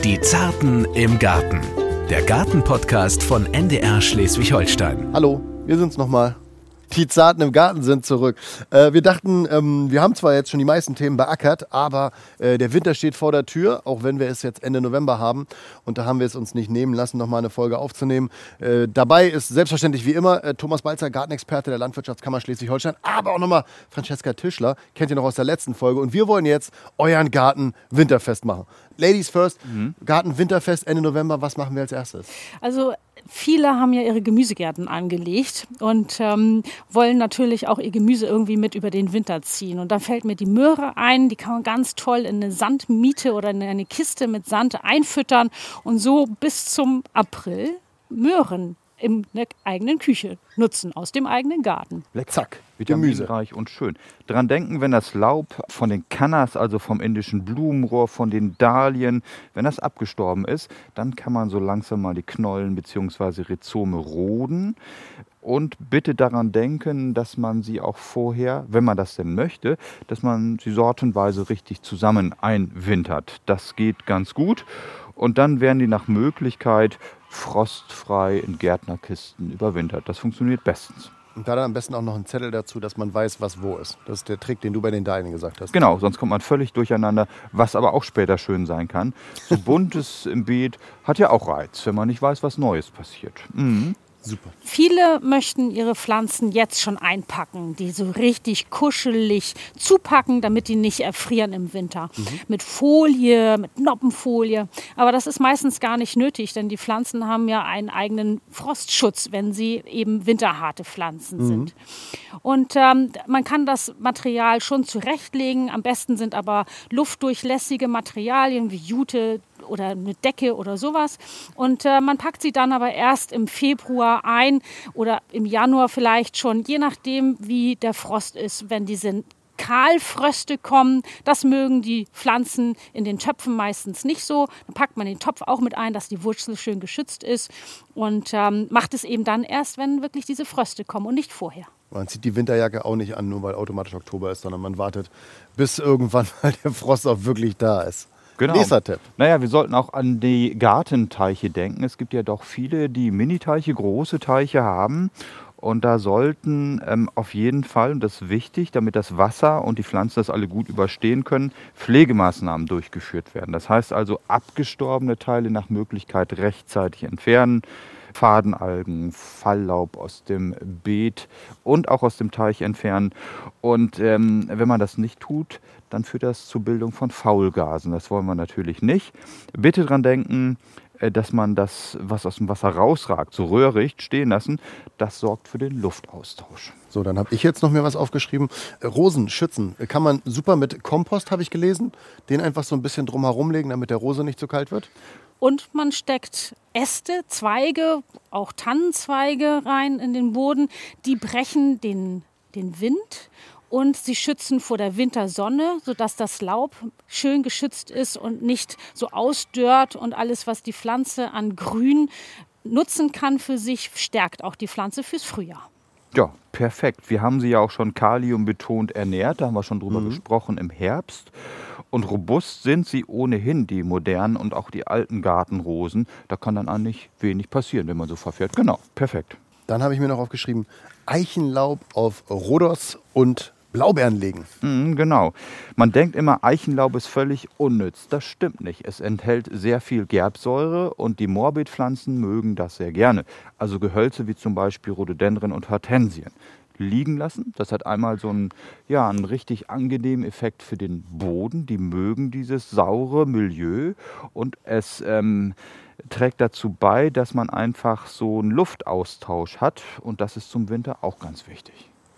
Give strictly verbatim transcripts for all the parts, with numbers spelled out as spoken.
Die Zarten im Garten. Der Garten-Podcast von N D R Schleswig-Holstein. Hallo, wir sind's nochmal. Die Zarten im Garten sind zurück. Äh, wir dachten, ähm, wir haben zwar jetzt schon die meisten Themen beackert, aber äh, der Winter steht vor der Tür, auch wenn wir es jetzt Ende November haben. Und da haben wir es uns nicht nehmen lassen, nochmal eine Folge aufzunehmen. Äh, dabei ist selbstverständlich wie immer äh, Thomas Balzer, Gartenexperte der Landwirtschaftskammer Schleswig-Holstein, aber auch nochmal Francesca Tischler, kennt ihr noch aus der letzten Folge. Und wir wollen jetzt euren Garten winterfest machen. Ladies first, mhm. Garten winterfest Ende November, was machen wir als erstes? Also viele haben ja ihre Gemüsegärten angelegt und ähm, wollen natürlich auch ihr Gemüse irgendwie mit über den Winter ziehen. Und da fällt mir die Möhre ein, die kann man ganz toll in eine Sandmiete oder in eine Kiste mit Sand einfüttern und so bis zum April Möhren in der eigenen Küche nutzen, aus dem eigenen Garten. Zack, vitaminreich und schön. Dran denken, wenn das Laub von den Cannas, also vom indischen Blumenrohr, von den Dahlien, wenn das abgestorben ist, dann kann man so langsam mal die Knollen bzw. Rhizome roden. Und bitte daran denken, dass man sie auch vorher, wenn man das denn möchte, dass man sie sortenweise richtig zusammen einwintert. Das geht ganz gut. Und dann werden die nach Möglichkeit frostfrei in Gärtnerkisten überwintert. Das funktioniert bestens. Und da dann am besten auch noch ein Zettel dazu, dass man weiß, was wo ist. Das ist der Trick, den du bei den Dahlien gesagt hast. Genau, sonst kommt man völlig durcheinander, was aber auch später schön sein kann. So buntes im Beet hat ja auch Reiz, wenn man nicht weiß, was Neues passiert. Mhm. Super. Viele möchten ihre Pflanzen jetzt schon einpacken, die so richtig kuschelig zupacken, damit die nicht erfrieren im Winter. Mhm. Mit Folie, mit Noppenfolie. Aber das ist meistens gar nicht nötig, denn die Pflanzen haben ja einen eigenen Frostschutz, wenn sie eben winterharte Pflanzen mhm. sind. Und ähm, man kann das Material schon zurechtlegen. Am besten sind aber luftdurchlässige Materialien wie Jute oder eine Decke oder sowas. Und äh, man packt sie dann aber erst im Februar ein oder im Januar vielleicht schon, je nachdem, wie der Frost ist. Wenn diese Kahlfröste kommen, das mögen die Pflanzen in den Töpfen meistens nicht so. Dann packt man den Topf auch mit ein, dass die Wurzel schön geschützt ist und ähm, macht es eben dann erst, wenn wirklich diese Fröste kommen und nicht vorher. Man zieht die Winterjacke auch nicht an, nur weil automatisch Oktober ist, sondern man wartet, bis irgendwann mal der Frost auch wirklich da ist. Genau. Nächster Tipp. Naja, wir sollten auch an die Gartenteiche denken. Es gibt ja doch viele, die Mini-Teiche, große Teiche haben. Und da sollten ähm, auf jeden Fall, und das ist wichtig, damit das Wasser und die Pflanzen das alle gut überstehen können, Pflegemaßnahmen durchgeführt werden. Das heißt also abgestorbene Teile nach Möglichkeit rechtzeitig entfernen. Fadenalgen, Falllaub aus dem Beet und auch aus dem Teich entfernen. Und ähm, wenn man das nicht tut, dann führt das zur Bildung von Faulgasen. Das wollen wir natürlich nicht. Bitte dran denken, dass man das, was aus dem Wasser rausragt, so röhrig stehen lassen. Das sorgt für den Luftaustausch. So, dann habe ich jetzt noch mir was aufgeschrieben. Rosen schützen kann man super mit Kompost, habe ich gelesen. Den einfach so ein bisschen drumherum legen, damit der Rose nicht zu kalt wird. Und man steckt Äste, Zweige, auch Tannenzweige rein in den Boden. Die brechen den, den Wind und sie schützen vor der Wintersonne, sodass das Laub schön geschützt ist und nicht so ausdörrt. Und alles, was die Pflanze an Grün nutzen kann für sich, stärkt auch die Pflanze fürs Frühjahr. Ja, perfekt. Wir haben sie ja auch schon kaliumbetont ernährt. Da haben wir schon drüber mhm. gesprochen im Herbst. Und robust sind sie ohnehin, die modernen und auch die alten Gartenrosen. Da kann dann eigentlich wenig passieren, wenn man so verfährt. Genau, perfekt. Dann habe ich mir noch aufgeschrieben, Eichenlaub auf Rhodos und Blaubeeren legen. Mm, genau. Man denkt immer, Eichenlaub ist völlig unnütz. Das stimmt nicht. Es enthält sehr viel Gerbsäure und die Morbidpflanzen mögen das sehr gerne. Also Gehölze wie zum Beispiel Rhododendren und Hortensien. Liegen lassen. Das hat einmal so einen, ja, einen richtig angenehmen Effekt für den Boden. Die mögen dieses saure Milieu und es ähm, trägt dazu bei, dass man einfach so einen Luftaustausch hat und das ist zum Winter auch ganz wichtig.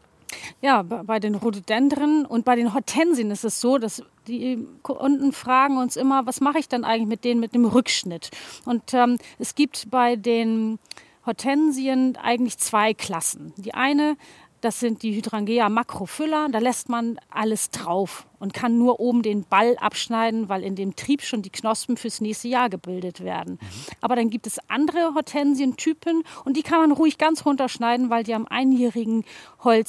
Ja, bei den Rhododendren und bei den Hortensien ist es so, dass die Kunden fragen uns immer, was mache ich dann eigentlich mit denen mit dem Rückschnitt? Und ähm, es gibt bei den Hortensien eigentlich zwei Klassen. Die eine, das sind die Hydrangea macrophylla, da lässt man alles drauf und kann nur oben den Ball abschneiden, weil in dem Trieb schon die Knospen fürs nächste Jahr gebildet werden. Mhm. Aber dann gibt es andere Hortensientypen und die kann man ruhig ganz runterschneiden, weil die am einjährigen Holz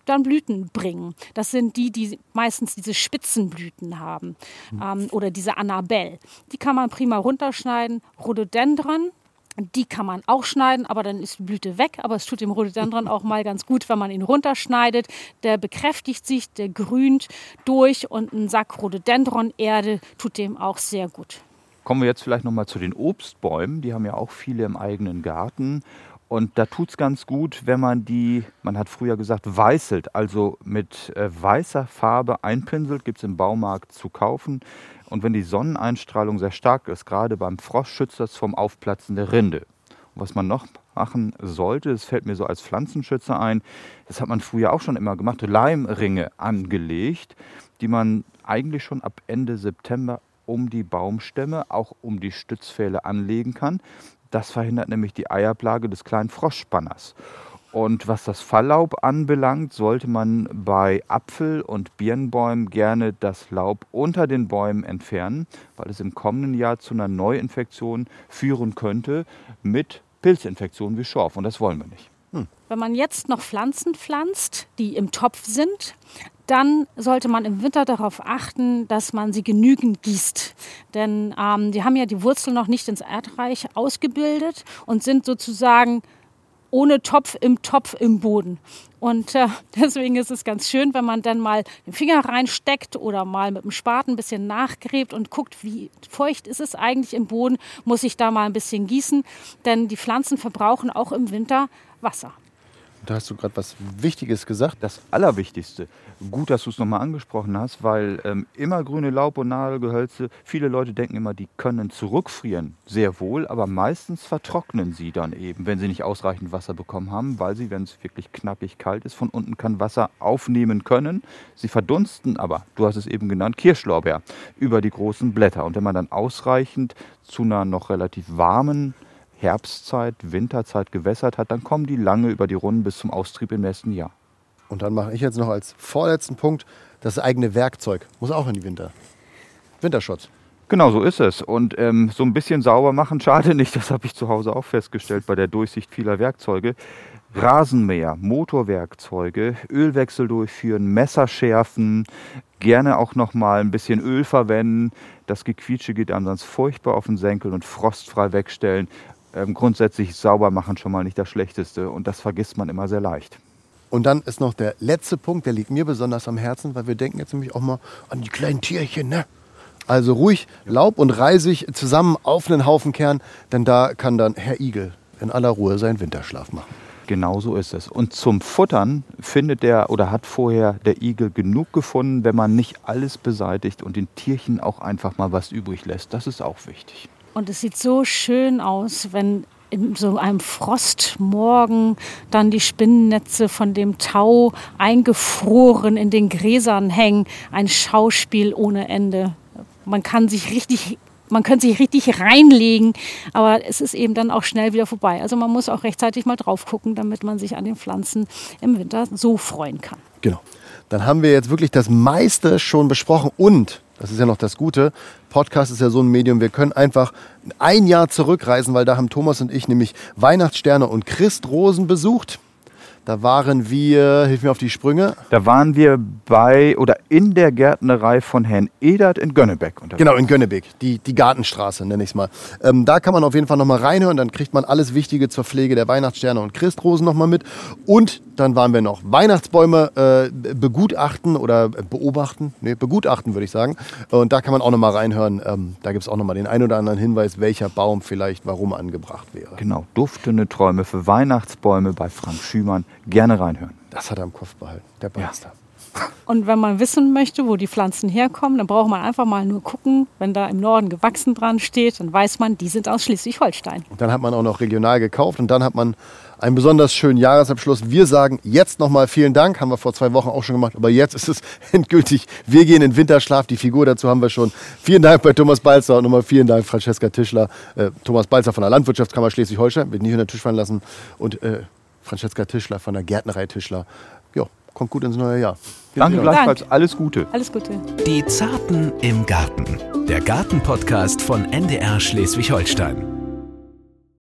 dann Blüten bringen. Das sind die, die meistens diese Spitzenblüten haben mhm. ähm, oder diese Annabelle. Die kann man prima runterschneiden. Rhododendron, die kann man auch schneiden, aber dann ist die Blüte weg. Aber es tut dem Rhododendron auch mal ganz gut, wenn man ihn runterschneidet. Der bekräftigt sich, der grünt durch und ein Sack Rhododendron-Erde tut dem auch sehr gut. Kommen wir jetzt vielleicht nochmal zu den Obstbäumen. Die haben ja auch viele im eigenen Garten. Und da tut es ganz gut, wenn man die, man hat früher gesagt, weißelt, also mit äh, weißer Farbe einpinselt, gibt es im Baumarkt zu kaufen. Und wenn die Sonneneinstrahlung sehr stark ist, gerade beim Frost, schützt das vom Aufplatzen der Rinde. Und was man noch machen sollte, das fällt mir so als Pflanzenschützer ein, das hat man früher auch schon immer gemacht, Leimringe angelegt, die man eigentlich schon ab Ende September um die Baumstämme, auch um die Stützpfähle anlegen kann. Das verhindert nämlich die Eierplage des kleinen Froschspanners. Und was das Falllaub anbelangt, sollte man bei Apfel- und Birnbäumen gerne das Laub unter den Bäumen entfernen, weil es im kommenden Jahr zu einer Neuinfektion führen könnte mit Pilzinfektionen wie Schorf. Und das wollen wir nicht. Hm. Wenn man jetzt noch Pflanzen pflanzt, die im Topf sind, dann sollte man im Winter darauf achten, dass man sie genügend gießt. Denn ähm, die haben ja die Wurzeln noch nicht ins Erdreich ausgebildet und sind sozusagen ohne Topf im Topf im Boden. Und äh, deswegen ist es ganz schön, wenn man dann mal den Finger reinsteckt oder mal mit dem Spaten ein bisschen nachgräbt und guckt, wie feucht ist es eigentlich im Boden, muss ich da mal ein bisschen gießen. Denn die Pflanzen verbrauchen auch im Winter Wasser. Da hast du gerade was Wichtiges gesagt. Das Allerwichtigste, gut, dass du es nochmal angesprochen hast, weil ähm, immergrüne Laub- und Nadelgehölze, viele Leute denken immer, die können zurückfrieren. Sehr wohl, aber meistens vertrocknen sie dann eben, wenn sie nicht ausreichend Wasser bekommen haben, weil sie, wenn es wirklich knackig kalt ist, von unten kein Wasser aufnehmen können. Sie verdunsten aber, du hast es eben genannt, Kirschlorbeer über die großen Blätter. Und wenn man dann ausreichend zu einer noch relativ warmen Herbstzeit, Winterzeit gewässert hat, dann kommen die lange über die Runden bis zum Austrieb im nächsten Jahr. Und dann mache ich jetzt noch als vorletzten Punkt das eigene Werkzeug. Muss auch in die Winter. Winterschutz. Genau, so ist es. Und ähm, so ein bisschen sauber machen schade nicht. Das habe ich zu Hause auch festgestellt bei der Durchsicht vieler Werkzeuge. Rasenmäher, Motorwerkzeuge, Ölwechsel durchführen, Messer schärfen, gerne auch noch mal ein bisschen Öl verwenden. Das Gequietsche geht einem sonst furchtbar auf den Senkel und frostfrei wegstellen. Ähm, grundsätzlich sauber machen schon mal nicht das Schlechteste und das vergisst man immer sehr leicht. Und dann ist noch der letzte Punkt, der liegt mir besonders am Herzen, weil wir denken jetzt nämlich auch mal an die kleinen Tierchen, ne? Also ruhig Laub und Reisig zusammen auf einen Haufen kehren, denn da kann dann Herr Igel in aller Ruhe seinen Winterschlaf machen. Genau so ist es. Und zum Futtern findet der oder hat vorher der Igel genug gefunden, wenn man nicht alles beseitigt und den Tierchen auch einfach mal was übrig lässt. Das ist auch wichtig. Und es sieht so schön aus, wenn in so einem Frostmorgen dann die Spinnennetze von dem Tau eingefroren in den Gräsern hängen. Ein Schauspiel ohne Ende. Man kann sich richtig, man könnte sich richtig reinlegen, aber es ist eben dann auch schnell wieder vorbei. Also man muss auch rechtzeitig mal drauf gucken, damit man sich an den Pflanzen im Winter so freuen kann. Genau. Dann haben wir jetzt wirklich das meiste schon besprochen und, das ist ja noch das Gute, Podcast ist ja so ein Medium, wir können einfach ein Jahr zurückreisen, weil da haben Thomas und ich nämlich Weihnachtssterne und Christrosen besucht. Da waren wir, hilf mir auf die Sprünge. Da waren wir bei oder in der Gärtnerei von Herrn Edert in Gönnebeck unterwegs. Genau, in Gönnebeck, die, die Gartenstraße nenne ich es mal. Ähm, da kann man auf jeden Fall nochmal reinhören, dann kriegt man alles Wichtige zur Pflege der Weihnachtssterne und Christrosen nochmal mit. Und dann waren wir noch Weihnachtsbäume äh, begutachten oder beobachten, nee, begutachten würde ich sagen. Und da kann man auch nochmal reinhören. Ähm, da gibt es auch nochmal den ein oder anderen Hinweis, welcher Baum vielleicht warum angebracht wäre. Genau, duftende Träume für Weihnachtsbäume bei Frank Schümann. Gerne reinhören. Das hat er im Kopf behalten, der Basler. Ja. Und wenn man wissen möchte, wo die Pflanzen herkommen, dann braucht man einfach mal nur gucken, wenn da im Norden gewachsen dran steht, dann weiß man, die sind aus Schleswig-Holstein. Und dann hat man auch noch regional gekauft und dann hat man einen besonders schönen Jahresabschluss. Wir sagen jetzt nochmal vielen Dank, haben wir vor zwei Wochen auch schon gemacht, aber jetzt ist es endgültig. Wir gehen in Winterschlaf, die Figur dazu haben wir schon. Vielen Dank bei Thomas Balzer und nochmal vielen Dank Francesca Tischler. Äh, Thomas Balzer von der Landwirtschaftskammer Schleswig-Holstein, wird nie in den Tisch fallen lassen. Und äh, Francesca Tischler von der Gärtnerei Tischler. Ja, kommt gut ins neue Jahr. Danke gleichfalls. Alles Gute. Alles Gute. Die Zarten im Garten. Der Gartenpodcast von N D R Schleswig-Holstein.